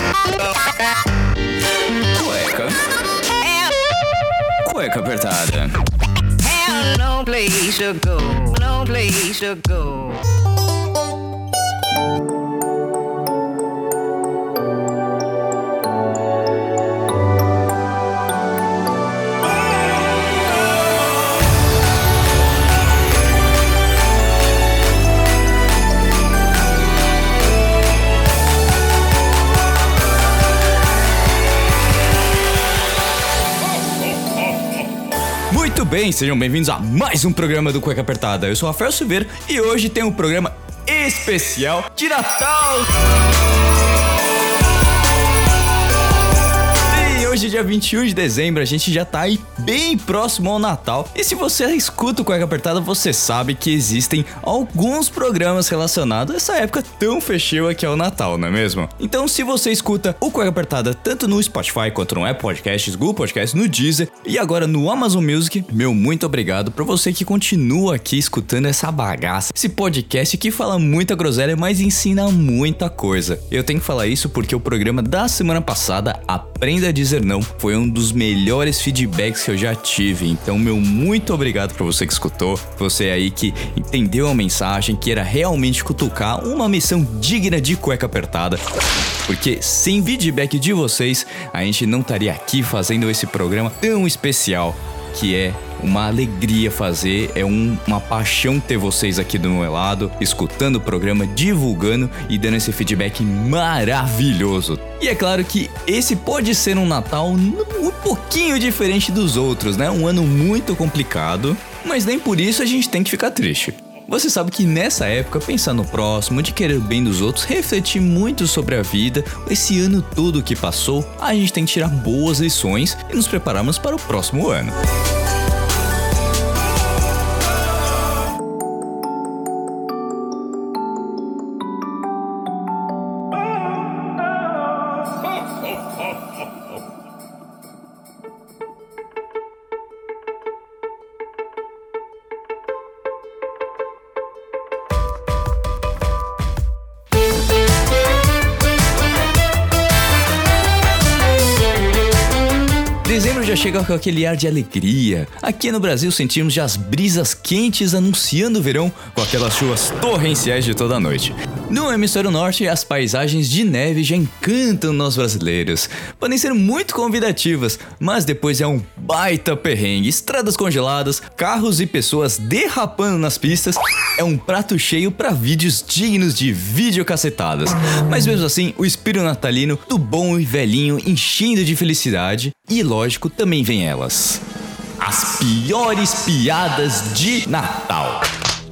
Cueca apertada. No place to go, no place to go. Muito bem, sejam bem-vindos a mais um programa do Cueca Apertada. Eu sou o Rafael Silveira e hoje tem um programa especial de Natal. Hoje, dia 21 de dezembro, a gente já tá aí bem próximo ao Natal. E se você escuta o Cueca Apertada, você sabe que existem alguns programas relacionados a essa época tão festiva que é o Natal, não é mesmo? Então, se você escuta o Cueca Apertada tanto no Spotify quanto no Apple Podcasts, Google Podcasts, no Deezer e agora no Amazon Music, meu muito obrigado pra você que continua aqui escutando essa bagaça, esse podcast que fala muita groselha, mas ensina muita coisa. Eu tenho que falar isso porque o programa da semana passada, Aprenda a Dizer Não, foi um dos melhores feedbacks que eu já tive. Então, meu muito obrigado pra você que escutou, você aí que entendeu a mensagem, que era realmente cutucar uma missão digna de Cueca Apertada. Porque sem feedback de vocês, a gente não estaria aqui fazendo esse programa tão especial, que é uma alegria fazer, é uma paixão ter vocês aqui do meu lado, escutando o programa, divulgando e dando esse feedback maravilhoso. E é claro que esse pode ser um Natal um pouquinho diferente dos outros, né? Um ano muito complicado, mas nem por isso a gente tem que ficar triste. Você sabe que nessa época, pensar no próximo, de querer o bem dos outros, refletir muito sobre a vida, esse ano todo que passou, a gente tem que tirar boas lições e nos prepararmos para o próximo ano. Dezembro já chega com aquele ar de alegria. Aqui no Brasil sentimos já as brisas quentes anunciando o verão com aquelas chuvas torrenciais de toda a noite. No hemisfério norte, as paisagens de neve já encantam nós brasileiros. Podem ser muito convidativas, mas depois é um baita perrengue. Estradas congeladas, carros e pessoas derrapando nas pistas. É um prato cheio para vídeos dignos de videocassetadas. Mas mesmo assim, o espírito natalino do bom e velhinho enchendo de felicidade. E lógico, também vem elas: as piores piadas de Natal.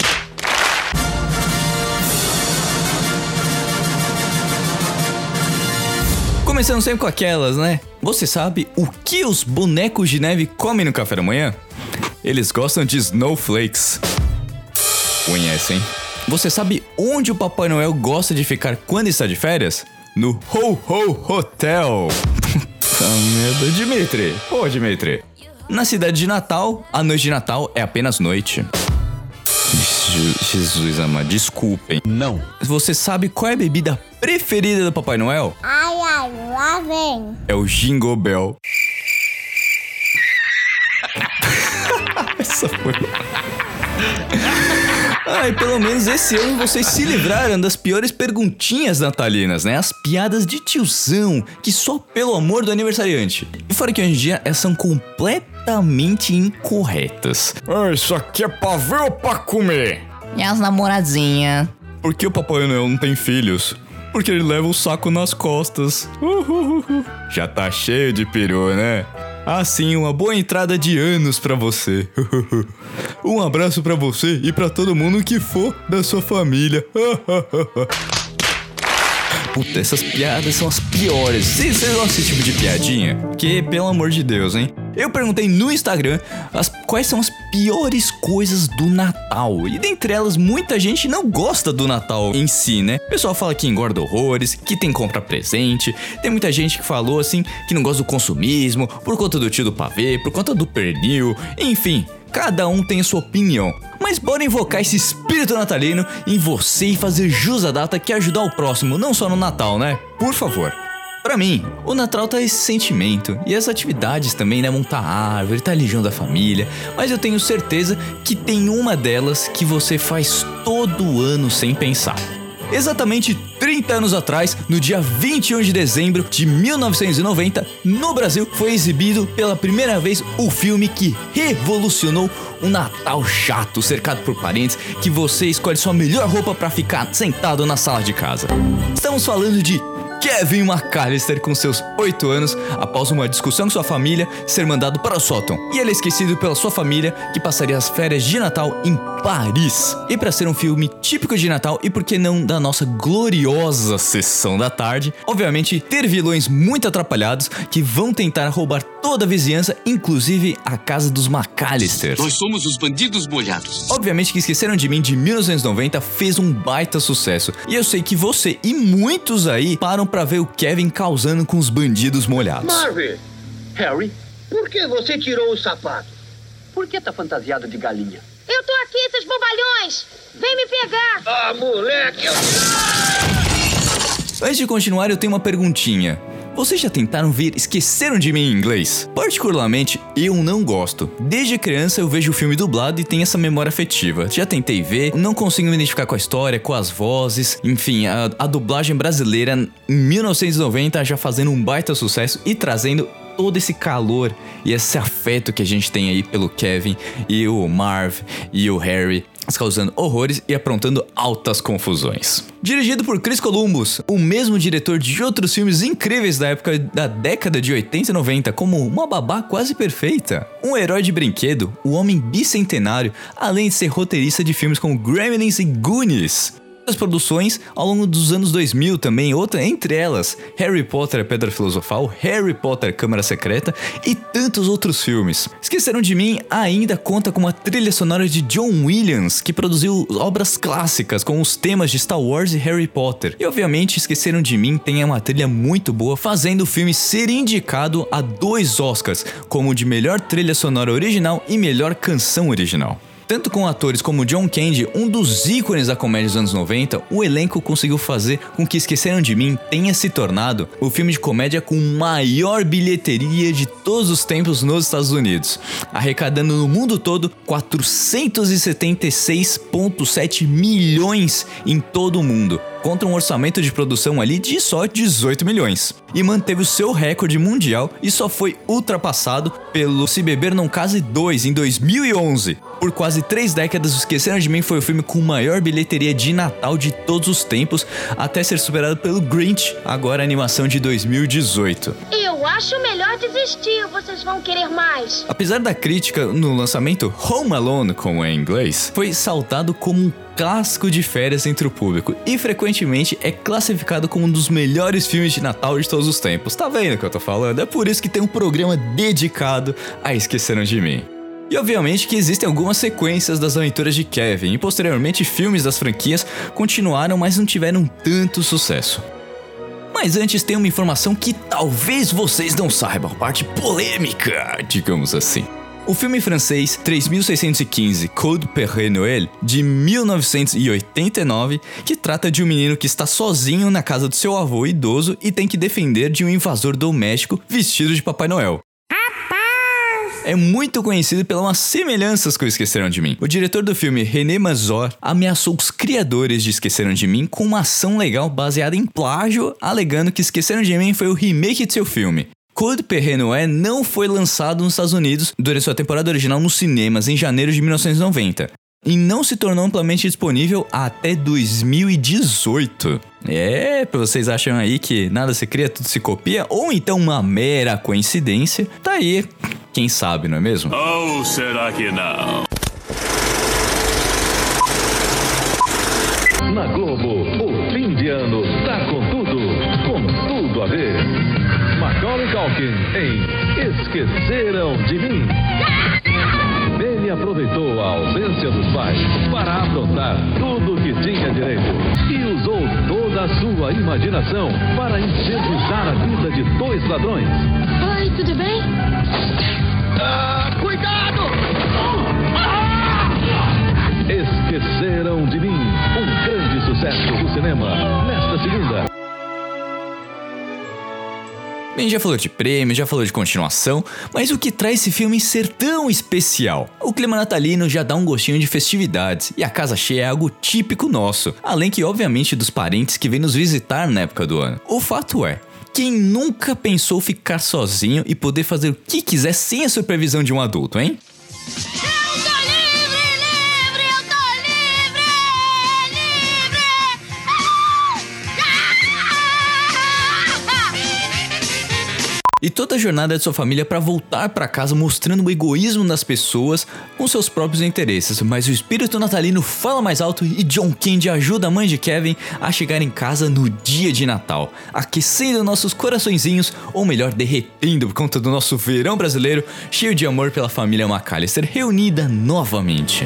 Começando sempre com aquelas, né? Você sabe o que os bonecos de neve comem no café da manhã? Eles gostam de snowflakes. Conhece, hein? Você sabe onde o Papai Noel gosta de ficar quando está de férias? No Ho Ho Hotel. Merda, Dimitri. Ô, Dimitri. Na cidade de Natal, a noite de Natal é apenas noite. Jesus amado, desculpem. Não. Você sabe qual é a bebida preferida do Papai Noel? Ai, lá vem. É o Jingle Bell. Essa foi... Ai, pelo menos esse ano vocês se livraram das piores perguntinhas natalinas, né? As piadas de tiozão, que só pelo amor do aniversariante. E fora que hoje em dia elas são completamente incorretas. Isso aqui é pra ver ou pra comer? E as namoradinhas? Por que o Papai Noel não tem filhos? Porque ele leva o saco nas costas. Já tá cheio de peru, né? Assim, uma boa entrada de anos pra você. Um abraço pra você e pra todo mundo que for da sua família. Puta, essas piadas são as piores. Vocês gostam desse tipo de piadinha? Que, pelo amor de Deus, hein? Eu perguntei no Instagram quais são as piores coisas do Natal. E dentre elas, muita gente não gosta do Natal em si, né? O pessoal fala que engorda horrores, que tem compra presente. Tem muita gente que falou, assim, que não gosta do consumismo, por conta do tio do pavê, por conta do pernil. Enfim, cada um tem a sua opinião. Mas bora invocar esse espírito natalino em você e fazer jus à data que é ajudar o próximo, não só no Natal, né? Por favor. Pra mim, o Natal tá esse sentimento e as atividades também, né? Montar árvore, tá ali junto da família. Mas eu tenho certeza que tem uma delas que você faz todo ano sem pensar. Exatamente 30 anos atrás, no dia 21 de dezembro de 1990, no Brasil, foi exibido pela primeira vez o filme que revolucionou um Natal chato, cercado por parentes, que você escolhe sua melhor roupa pra ficar sentado na sala de casa. Estamos falando de Kevin McAllister, com seus 8 anos, após uma discussão com sua família, ser mandado para o sótão. E ele é esquecido pela sua família, que passaria as férias de Natal em Paris. E para ser um filme típico de Natal, e por que não da nossa gloriosa sessão da tarde, obviamente ter vilões muito atrapalhados que vão tentar roubar toda a vizinhança, inclusive a casa dos McAllisters. Nós somos os bandidos molhados. Obviamente que Esqueceram de Mim, de 1990, fez um baita sucesso. E eu sei que você e muitos aí param pra ver o Kevin causando com os bandidos molhados. Marvin! Harry, por que você tirou o sapato? Por que tá fantasiado de galinha? Eu tô aqui, seus bobalhões! Vem me pegar! Ah, moleque! Antes de continuar, eu tenho uma perguntinha. Vocês já tentaram ver Esqueceram de Mim em inglês? Particularmente, eu não gosto. Desde criança eu vejo o filme dublado e tenho essa memória afetiva. Já tentei ver, não consigo me identificar com a história, com as vozes. Enfim, a dublagem brasileira em 1990 já fazendo um baita sucesso e trazendo todo esse calor e esse afeto que a gente tem aí pelo Kevin e o Marv e o Harry, causando horrores e aprontando altas confusões. Dirigido por Chris Columbus, o mesmo diretor de outros filmes incríveis da época da década de 80 e 90, como Uma Babá Quase Perfeita, Um Herói de Brinquedo, O Homem Bicentenário, além de ser roteirista de filmes como Gremlins e Goonies. As produções ao longo dos anos 2000 também, outra entre elas, Harry Potter, a Pedra Filosofal, Harry Potter, Câmara Secreta e tantos outros filmes. Esqueceram de Mim ainda conta com uma trilha sonora de John Williams, que produziu obras clássicas com os temas de Star Wars e Harry Potter. E obviamente Esqueceram de Mim tem uma trilha muito boa, fazendo o filme ser indicado a 2 Oscars, como de melhor trilha sonora original e melhor canção original. Tanto com atores como John Candy, um dos ícones da comédia dos anos 90, o elenco conseguiu fazer com que Esqueceram de Mim tenha se tornado o filme de comédia com maior bilheteria de todos os tempos nos Estados Unidos, arrecadando no mundo todo 476,7 milhões em todo o mundo, contra um orçamento de produção ali de só 18 milhões. E manteve o seu recorde mundial e só foi ultrapassado pelo Se Beber Não Case 2 em 2011. Por quase 3 décadas, Esqueceram de Mim foi o filme com maior bilheteria de Natal de todos os tempos, até ser superado pelo Grinch, agora a animação de 2018. Eu acho melhor desistir, vocês vão querer mais. Apesar da crítica no lançamento, Home Alone, como é em inglês, foi saltado como um clássico de férias entre o público e frequentemente é classificado como um dos melhores filmes de Natal de todos os tempos. Tá vendo o que eu tô falando? É por isso que tem um programa dedicado a Esqueceram de Mim. E obviamente que existem algumas sequências das aventuras de Kevin e posteriormente filmes das franquias continuaram, mas não tiveram tanto sucesso. Mas antes tem uma informação que talvez vocês não saibam, parte polêmica, digamos assim. O filme francês 3615 Code Père Noël, de 1989, que trata de um menino que está sozinho na casa do seu avô idoso e tem que defender de um invasor doméstico vestido de Papai Noel. É muito conhecido pelas umas semelhanças com Esqueceram de Mim. O diretor do filme, René Mazor, ameaçou os criadores de Esqueceram de Mim com uma ação legal baseada em plágio, alegando que Esqueceram de Mim foi o remake de seu filme. Code Père Noël não foi lançado nos Estados Unidos durante sua temporada original nos cinemas em janeiro de 1990 e não se tornou amplamente disponível até 2018. Pra vocês acham aí que nada se cria, tudo se copia, ou então uma mera coincidência, tá aí, quem sabe, não é mesmo? Ou será que não? Na Globo, o fim de ano tá com tudo a ver. Macaulay Culkin em Esqueceram de Mim. Ele aproveitou a ausência dos pais para aprontar tudo que tinha direito e usou toda a sua imaginação para infernizar a vida de 2 ladrões. Oi, tudo bem? Cuidado! Esqueceram de Mim, um grande sucesso do cinema nesta segunda. Bem, já falou de prêmio, já falou de continuação, mas o que traz esse filme ser tão especial? O clima natalino já dá um gostinho de festividades, e a casa cheia é algo típico nosso, além que obviamente dos parentes que vêm nos visitar na época do ano. O fato é, quem nunca pensou ficar sozinho e poder fazer o que quiser sem a supervisão de um adulto, hein? E toda a jornada de sua família para voltar para casa mostrando o egoísmo das pessoas com seus próprios interesses. Mas o espírito natalino fala mais alto e John Candy ajuda a mãe de Kevin a chegar em casa no dia de Natal, aquecendo nossos coraçõezinhos, ou melhor, derretendo por conta do nosso verão brasileiro, cheio de amor pela família McAllister reunida novamente.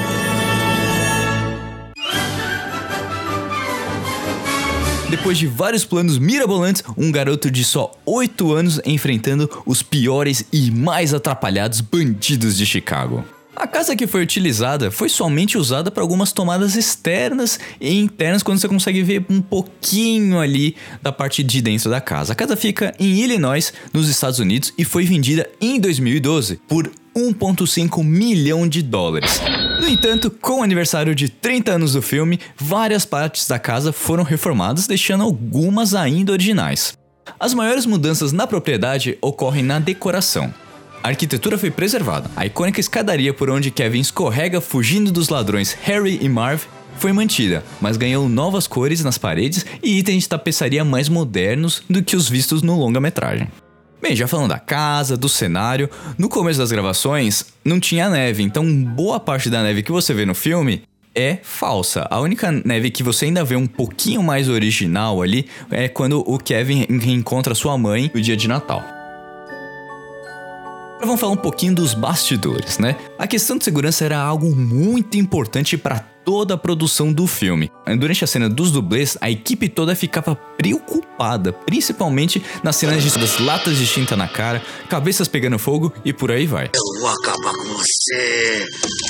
Depois de vários planos mirabolantes, um garoto de só 8 anos enfrentando os piores e mais atrapalhados bandidos de Chicago. A casa que foi utilizada foi somente usada para algumas tomadas externas e internas, quando você consegue ver um pouquinho ali da parte de dentro da casa. A casa fica em Illinois, nos Estados Unidos, e foi vendida em 2012 por $1,5 milhão. No entanto, com o aniversário de 30 anos do filme, várias partes da casa foram reformadas, deixando algumas ainda originais. As maiores mudanças na propriedade ocorrem na decoração. A arquitetura foi preservada. A icônica escadaria por onde Kevin escorrega fugindo dos ladrões Harry e Marv foi mantida, mas ganhou novas cores nas paredes e itens de tapeçaria mais modernos do que os vistos no longa-metragem. Bem, já falando da casa, do cenário, no começo das gravações não tinha neve, então boa parte da neve que você vê no filme é falsa. A única neve que você ainda vê um pouquinho mais original ali é quando o Kevin reencontra sua mãe no dia de Natal. Agora vamos falar um pouquinho dos bastidores, né? A questão de segurança era algo muito importante para toda a produção do filme. Durante a cena dos dublês, a equipe toda ficava preocupada, principalmente nas cenas das latas de tinta na cara, cabeças pegando fogo e por aí vai. Eu vou acabar com você.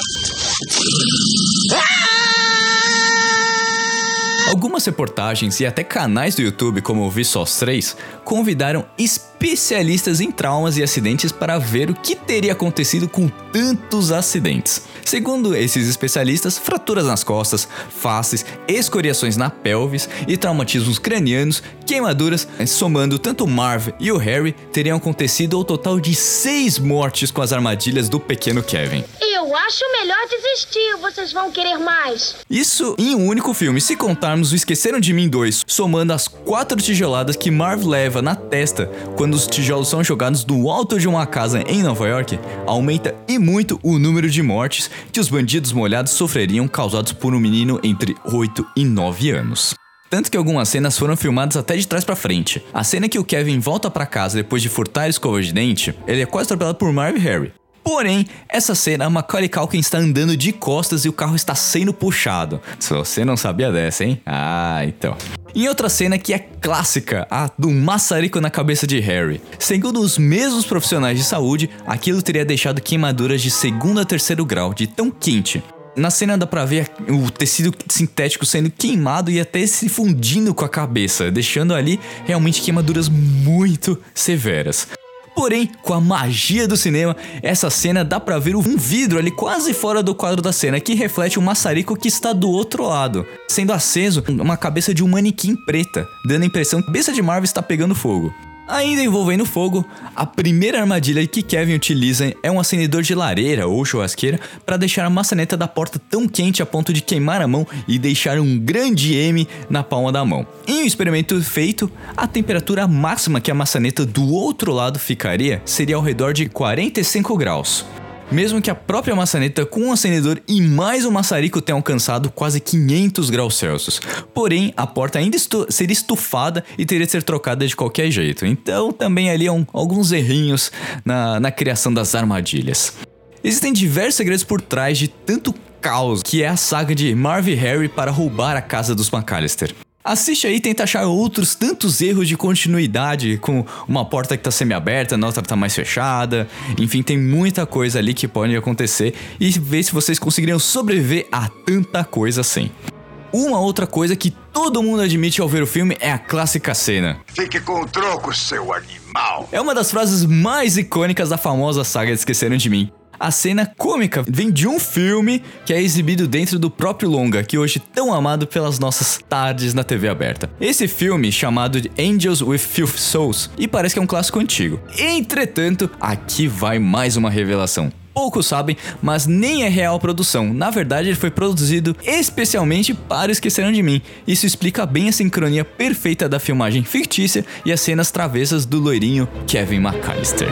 Algumas reportagens e até canais do YouTube, como o Vsauce 3, convidaram especialistas em traumas e acidentes para ver o que teria acontecido com tantos acidentes. Segundo esses especialistas, fraturas nas costas, faces, escoriações na pelvis e traumatismos cranianos, queimaduras, somando tanto Marv e o Harry, teriam acontecido ao total de 6 mortes com as armadilhas do pequeno Kevin. Eu acho melhor desistir, vocês vão querer mais. Isso em um único filme, se contarmos o Esqueceram de Mim 2, somando as 4 tijoladas que Marv leva na testa quando os tijolos são jogados do alto de uma casa em Nova York, aumenta e muito o número de mortes que os bandidos molhados sofreriam causados por um menino entre 8 e 9 anos. Tanto que algumas cenas foram filmadas até de trás pra frente. A cena que o Kevin volta pra casa depois de furtar a escova de dente, ele é quase atropelado por Marv e Harry. Porém, essa cena, Macaulay Culkin está andando de costas e o carro está sendo puxado. Se você não sabia dessa, hein? Ah, então. Em outra cena que é clássica, a do maçarico na cabeça de Harry. Segundo os mesmos profissionais de saúde, aquilo teria deixado queimaduras de 2º a 3º grau, de tão quente. Na cena dá pra ver o tecido sintético sendo queimado e até se fundindo com a cabeça, deixando ali realmente queimaduras muito severas. Porém, com a magia do cinema, essa cena dá pra ver um vidro ali quase fora do quadro da cena que reflete o maçarico que está do outro lado, sendo aceso uma cabeça de um manequim preta, dando a impressão que a cabeça de Marv está pegando fogo. Ainda envolvendo fogo, a primeira armadilha que Kevin utiliza é um acendedor de lareira ou churrasqueira para deixar a maçaneta da porta tão quente a ponto de queimar a mão e deixar um grande M na palma da mão. Em um experimento feito, a temperatura máxima que a maçaneta do outro lado ficaria seria ao redor de 45 graus. Mesmo que a própria maçaneta com um acendedor e mais um maçarico tenham alcançado quase 500 graus Celsius. Porém, a porta ainda seria estufada e teria de ser trocada de qualquer jeito. Então, também ali alguns errinhos na criação das armadilhas. Existem diversos segredos por trás de tanto caos que é a saga de Marv e Harry para roubar a casa dos McAllister. Assiste aí e tenta achar outros tantos erros de continuidade, com uma porta que tá semi-aberta, a outra tá mais fechada. Enfim, tem muita coisa ali que pode acontecer e ver se vocês conseguiriam sobreviver a tanta coisa assim. Uma outra coisa que todo mundo admite ao ver o filme é a clássica cena. Fique com o troco, seu animal. É uma das frases mais icônicas da famosa saga de Esqueceram de Mim. A cena cômica vem de um filme que é exibido dentro do próprio longa, que hoje é tão amado pelas nossas tardes na TV aberta. Esse filme, chamado de Angels with Filthy Souls, e parece que é um clássico antigo. Entretanto, aqui vai mais uma revelação. Poucos sabem, mas nem é real produção. Na verdade, ele foi produzido especialmente para Esqueceram de Mim. Isso explica bem a sincronia perfeita da filmagem fictícia e as cenas travessas do loirinho Kevin McAllister.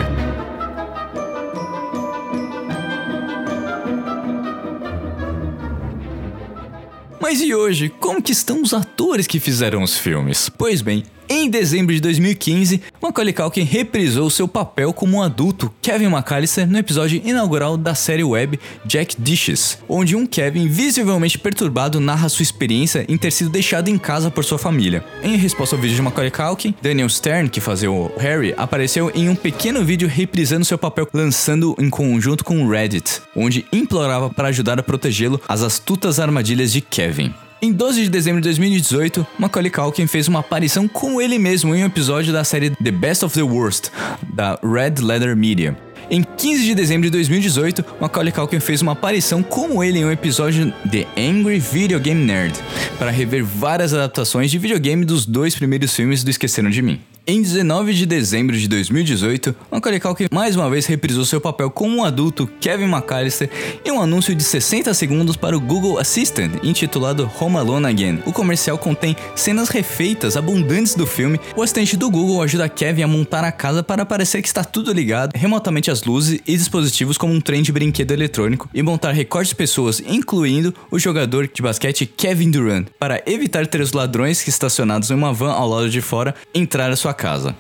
Mas e hoje, como que estão os atores que fizeram os filmes? Pois bem, em dezembro de 2015, Macaulay Culkin reprisou seu papel como um adulto Kevin McAllister no episódio inaugural da série web Jack Dishes, onde um Kevin visivelmente perturbado narra sua experiência em ter sido deixado em casa por sua família. Em resposta ao vídeo de Macaulay Culkin, Daniel Stern, que fazia o Harry, apareceu em um pequeno vídeo reprisando seu papel, lançando em conjunto com o Reddit, onde implorava para ajudar a protegê-lo às astutas armadilhas de Kevin. Em 12 de dezembro de 2018, Macaulay Culkin fez uma aparição como ele mesmo em um episódio da série The Best of the Worst, da Red Letter Media. Em 15 de dezembro de 2018, Macaulay Culkin fez uma aparição como ele em um episódio The Angry Video Game Nerd, para rever várias adaptações de videogame dos 2 primeiros filmes do Esqueceram de Mim. Em 19 de dezembro de 2018, Macaulay Culkin mais uma vez reprisou seu papel como um adulto Kevin McAllister em um anúncio de 60 segundos para o Google Assistant, intitulado Home Alone Again. O comercial contém cenas refeitas abundantes do filme. O assistente do Google ajuda Kevin a montar a casa para parecer que está tudo ligado remotamente às luzes e dispositivos como um trem de brinquedo eletrônico e montar recortes de pessoas, incluindo o jogador de basquete Kevin Durant, para evitar ter os ladrões que estacionados em uma van ao lado de fora entrar à sua casa.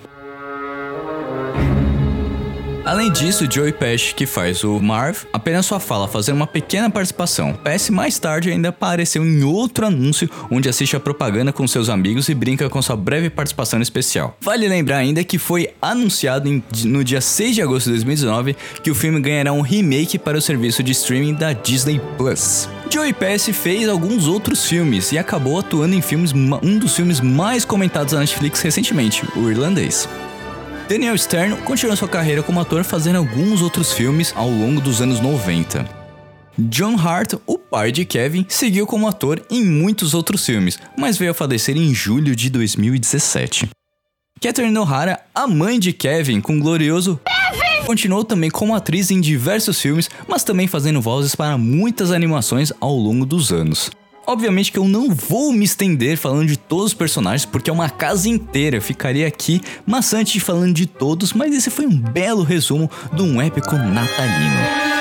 Além disso, Joey Pesci, que faz o Marv, apenas sua fala, fazendo uma pequena participação. Pesci mais tarde ainda apareceu em outro anúncio, onde assiste a propaganda com seus amigos e brinca com sua breve participação especial. Vale lembrar ainda que foi anunciado no dia 6 de agosto de 2019 que o filme ganhará um remake para o serviço de streaming da Disney+. Joey Pesci fez alguns outros filmes e acabou atuando em um dos filmes mais comentados da Netflix recentemente, O Irlandês. Daniel Stern continuou sua carreira como ator fazendo alguns outros filmes ao longo dos anos 90. John Hart, o pai de Kevin, seguiu como ator em muitos outros filmes, mas veio a falecer em julho de 2017. Catherine O'Hara, a mãe de Kevin, com o glorioso Kevin, continuou também como atriz em diversos filmes, mas também fazendo vozes para muitas animações ao longo dos anos. Obviamente que eu não vou me estender falando de todos os personagens, porque é uma casa inteira, eu ficaria aqui maçante falando de todos, mas esse foi um belo resumo de um épico natalino.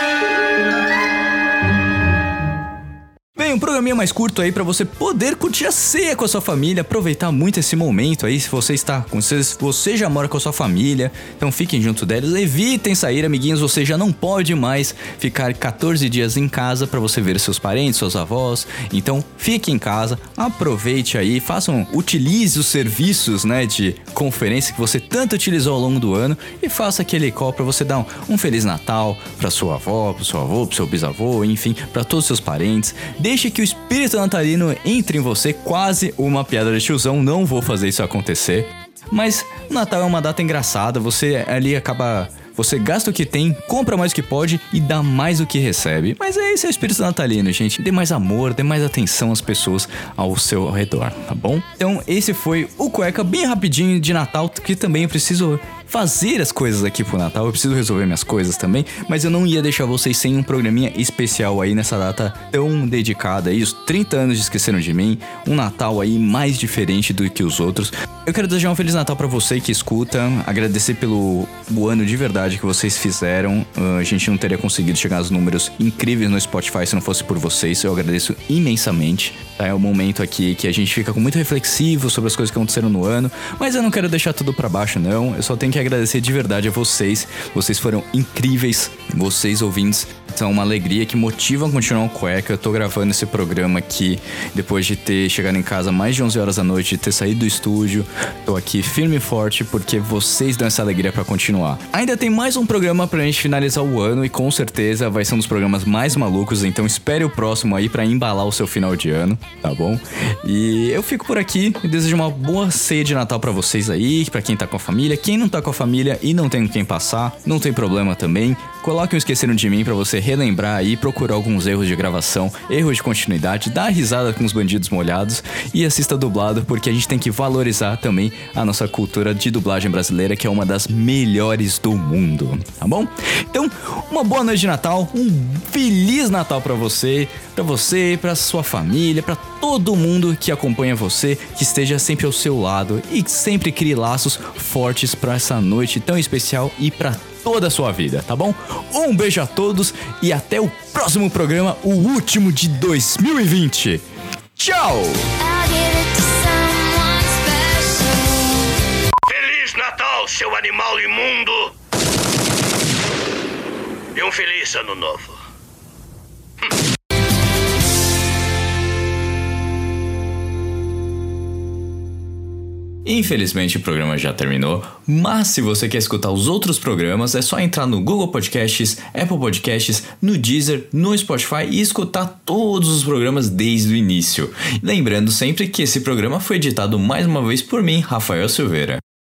Bem, um programinha mais curto aí pra você poder curtir a ceia com a sua família, aproveitar muito esse momento aí, se você já mora com a sua família, então fiquem junto deles, evitem sair, amiguinhos, você já não pode mais ficar 14 dias em casa pra você ver seus parentes, seus avós, então fique em casa, aproveite aí, utilize os serviços, né, de conferência que você tanto utilizou ao longo do ano e faça aquele call pra você dar um Feliz Natal pra sua avó, pro seu avô, pro seu bisavô, enfim, pra todos os seus parentes. Deixe que o espírito natalino entre em você, quase uma piada de tiozão, não vou fazer isso acontecer. Mas o Natal é uma data engraçada, você gasta o que tem, compra mais o que pode e dá mais do que recebe. Mas esse é o espírito natalino, gente. Dê mais amor, dê mais atenção às pessoas ao seu redor, tá bom? Então esse foi o Cueca bem rapidinho de Natal, que também eu preciso fazer as coisas aqui pro Natal, eu preciso resolver minhas coisas também, mas eu não ia deixar vocês sem um programinha especial aí nessa data tão dedicada aí, os 30 anos de Esqueceram de Mim, um Natal aí mais diferente do que os outros. Eu quero desejar um Feliz Natal pra você que escuta, agradecer pelo ano de verdade que vocês fizeram, a gente não teria conseguido chegar aos números incríveis no Spotify se não fosse por vocês, eu agradeço imensamente, tá? É um momento aqui que a gente fica muito reflexivo sobre as coisas que aconteceram no ano, mas eu não quero deixar tudo pra baixo não, eu só tenho que que agradecer de verdade a vocês. Vocês foram incríveis. Vocês, ouvintes, são uma alegria que motiva a continuar o Cueca. Eu tô gravando esse programa aqui depois de ter chegado em casa mais de 11 horas da noite, de ter saído do estúdio. Tô aqui firme e forte porque vocês dão essa alegria pra continuar. Ainda tem mais um programa pra gente finalizar o ano e com certeza vai ser um dos programas mais malucos, então espere o próximo aí pra embalar o seu final de ano, tá bom? E eu fico por aqui e desejo uma boa ceia de Natal pra vocês aí, pra quem tá com a família. Quem não tá com a família e não tem com quem passar, não tem problema também. Coloque um Esqueceram de Mim pra você relembrar aí, procurar alguns erros de gravação, erros de continuidade, dar risada com os bandidos molhados e assista dublado, porque a gente tem que valorizar também a nossa cultura de dublagem brasileira, que é uma das melhores do mundo, tá bom? Então, uma boa noite de Natal, um Feliz Natal pra você, pra sua família, pra todo mundo que acompanha você, que esteja sempre ao seu lado e sempre crie laços fortes pra essa noite tão especial e pra toda a sua vida, tá bom? Um beijo a todos e até o próximo programa, o último de 2020. Tchau! Feliz Natal, seu animal imundo! E um feliz ano novo. Infelizmente o programa já terminou, mas se você quer escutar os outros programas é só entrar no Google Podcasts, Apple Podcasts, no Deezer, no Spotify e escutar todos os programas desde o início. Lembrando sempre que esse programa foi editado mais uma vez por mim, Rafael Silveira.